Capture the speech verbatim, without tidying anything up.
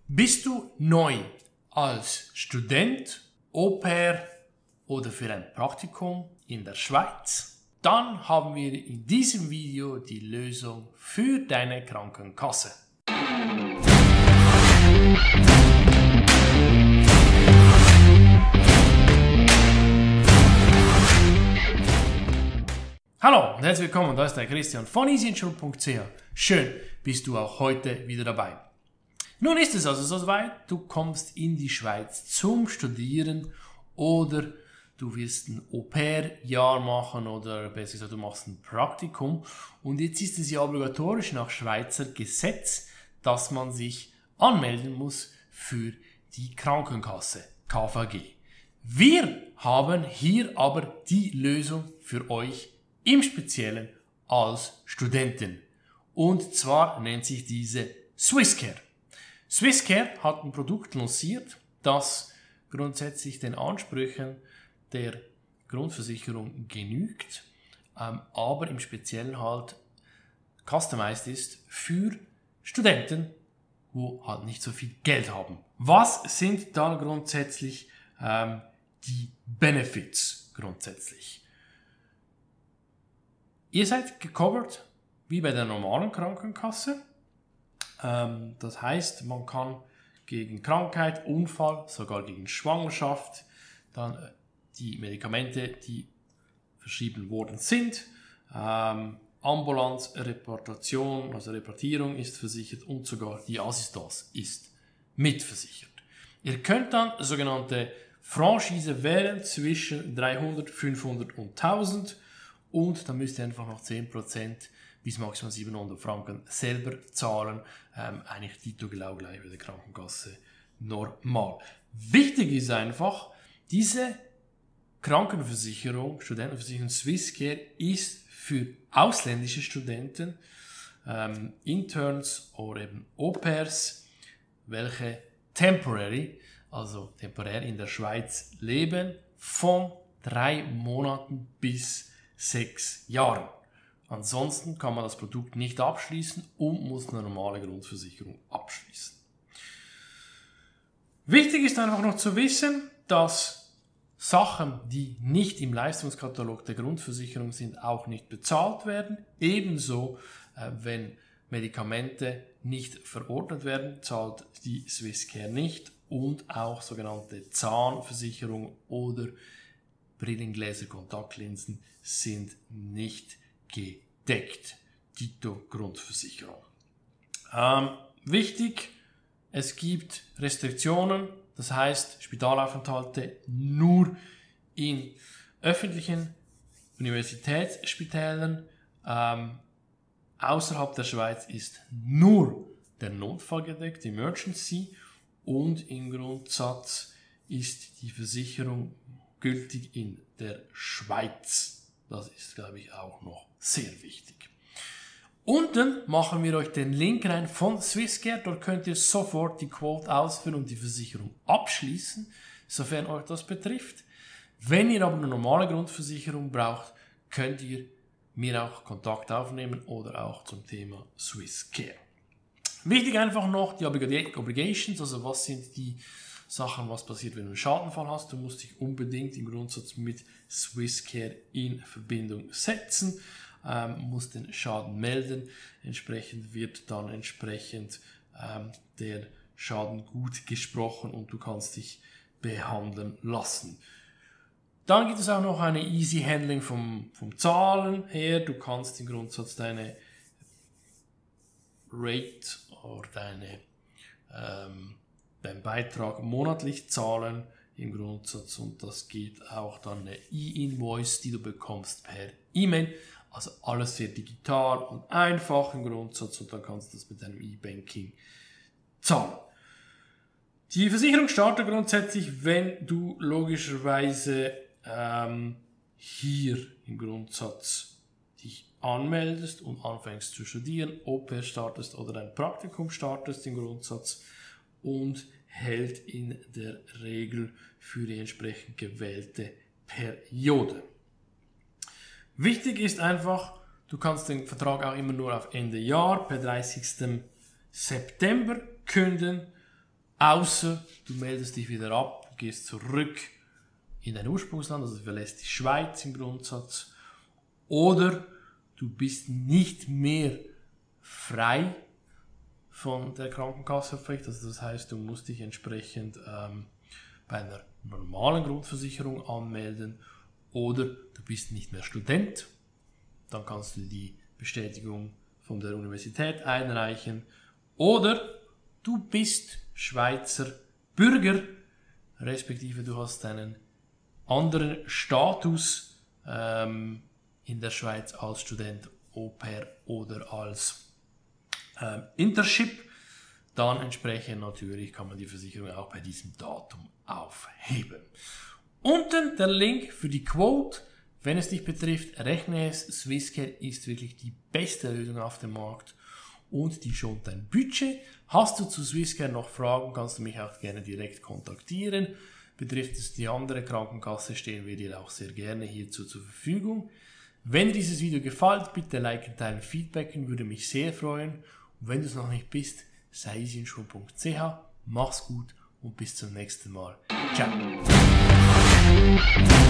Bist du neu als Student, Au-pair oder für ein Praktikum in der Schweiz? Dann haben wir in diesem Video die Lösung für deine Krankenkasse. Hallo und herzlich willkommen, da ist der Christian von easyinsurance punkt c h. Schön, bist du auch heute wieder dabei. Nun ist es also soweit, du kommst in die Schweiz zum Studieren oder du wirst ein Au-pair-Jahr machen oder besser gesagt, du machst ein Praktikum. Und jetzt ist es ja obligatorisch nach Schweizer Gesetz, dass man sich anmelden muss für die Krankenkasse, K V G. Wir haben hier aber die Lösung für euch im Speziellen als Studenten. Und zwar nennt sich diese Swisscare. Swisscare hat ein Produkt lanciert, das grundsätzlich den Ansprüchen der Grundversicherung genügt, ähm, aber im Speziellen halt customized ist für Studenten, wo halt nicht so viel Geld haben. Was sind dann grundsätzlich ähm, die Benefits grundsätzlich? Ihr seid gecovert wie bei der normalen Krankenkasse. Ähm, das heißt, man kann gegen Krankheit, Unfall, sogar gegen Schwangerschaft, dann äh, die Medikamente, die verschrieben worden sind, ähm, Ambulanz, Reportation, also Reportierung ist versichert und sogar die Assistance ist mitversichert. Ihr könnt dann sogenannte Franchise wählen zwischen dreihundert, fünfhundert und tausend und dann müsst ihr einfach noch zehn Prozent bis maximal siebenhundert Franken selber zahlen. Ähm, eigentlich dito genau gleich bei der Krankenkasse normal. Wichtig ist einfach, diese Krankenversicherung, Studentenversicherung Swisscare ist für ausländische Studenten, ähm, Interns oder eben Au-pairs, welche temporary, also temporär in der Schweiz leben, von drei Monaten bis sechs Jahren. Ansonsten kann man das Produkt nicht abschließen und muss eine normale Grundversicherung abschließen. Wichtig ist einfach noch zu wissen, dass Sachen, die nicht im Leistungskatalog der Grundversicherung sind, auch nicht bezahlt werden. Ebenso, äh, wenn Medikamente nicht verordnet werden, zahlt die Swisscare nicht und auch sogenannte Zahnversicherung oder Brillengläser, Kontaktlinsen sind nicht gedeckt. Dito Grundversicherung. Ähm, wichtig, es gibt Restriktionen, das heißt Spitalaufenthalte nur in öffentlichen Universitätsspitälern. Ähm, außerhalb der Schweiz ist nur der Notfall gedeckt, Emergency, und im Grundsatz ist die Versicherung gültig in der Schweiz. Das ist, glaube ich, auch noch sehr wichtig. Unten machen wir euch den Link rein von Swisscare. Dort könnt ihr sofort die Quote ausfüllen und die Versicherung abschließen, sofern euch das betrifft. Wenn ihr aber eine normale Grundversicherung braucht, könnt ihr mir auch Kontakt aufnehmen oder auch zum Thema Swisscare. Wichtig einfach noch die Obligations, also was sind die Sachen, was passiert, wenn du einen Schadenfall hast. Du musst dich unbedingt im Grundsatz mit Swisscare in Verbindung setzen, ähm, musst den Schaden melden. Entsprechend wird dann entsprechend ähm, der Schaden gut gesprochen und du kannst dich behandeln lassen. Dann gibt es auch noch eine Easy Handling vom, vom Zahlen her. Du kannst im Grundsatz deine Rate oder deine ähm, deinen Beitrag monatlich zahlen im Grundsatz und das geht auch dann eine E-Invoice, die du bekommst per E-Mail. Also alles sehr digital und einfach im Grundsatz und dann kannst du das mit deinem E-Banking zahlen. Die Versicherung startet grundsätzlich, wenn du logischerweise ähm, hier im Grundsatz dich anmeldest und anfängst zu studieren, Au-pair startest oder dein Praktikum startest im Grundsatz und hält in der Regel für die entsprechend gewählte Periode. Wichtig ist einfach, du kannst den Vertrag auch immer nur auf Ende Jahr, per dreißigsten September künden außer du meldest dich wieder ab, gehst zurück in dein Ursprungsland, also du verlässt die Schweiz im Grundsatz, oder du bist nicht mehr frei von der Krankenkassenpflicht, also das heißt, du musst dich entsprechend ähm, bei einer normalen Grundversicherung anmelden, oder du bist nicht mehr Student, dann kannst du die Bestätigung von der Universität einreichen, oder du bist Schweizer Bürger, respektive du hast einen anderen Status ähm, in der Schweiz als Student, Au-pair oder als ähm, Internship, dann entsprechend natürlich kann man die Versicherung auch bei diesem Datum aufheben. Unten der Link für die Quote, wenn es dich betrifft, rechne es, Swisscare ist wirklich die beste Lösung auf dem Markt und die schont dein Budget. Hast du zu Swisscare noch Fragen, kannst du mich auch gerne direkt kontaktieren. Betrifft es die andere Krankenkasse, stehen wir dir auch sehr gerne hierzu zur Verfügung. Wenn dir dieses Video gefällt, bitte liken, teilen, feedbacken, würde mich sehr freuen. Und wenn du es noch nicht bist, sei easyinsurance punkt c h. Mach's gut und bis zum nächsten Mal. Ciao.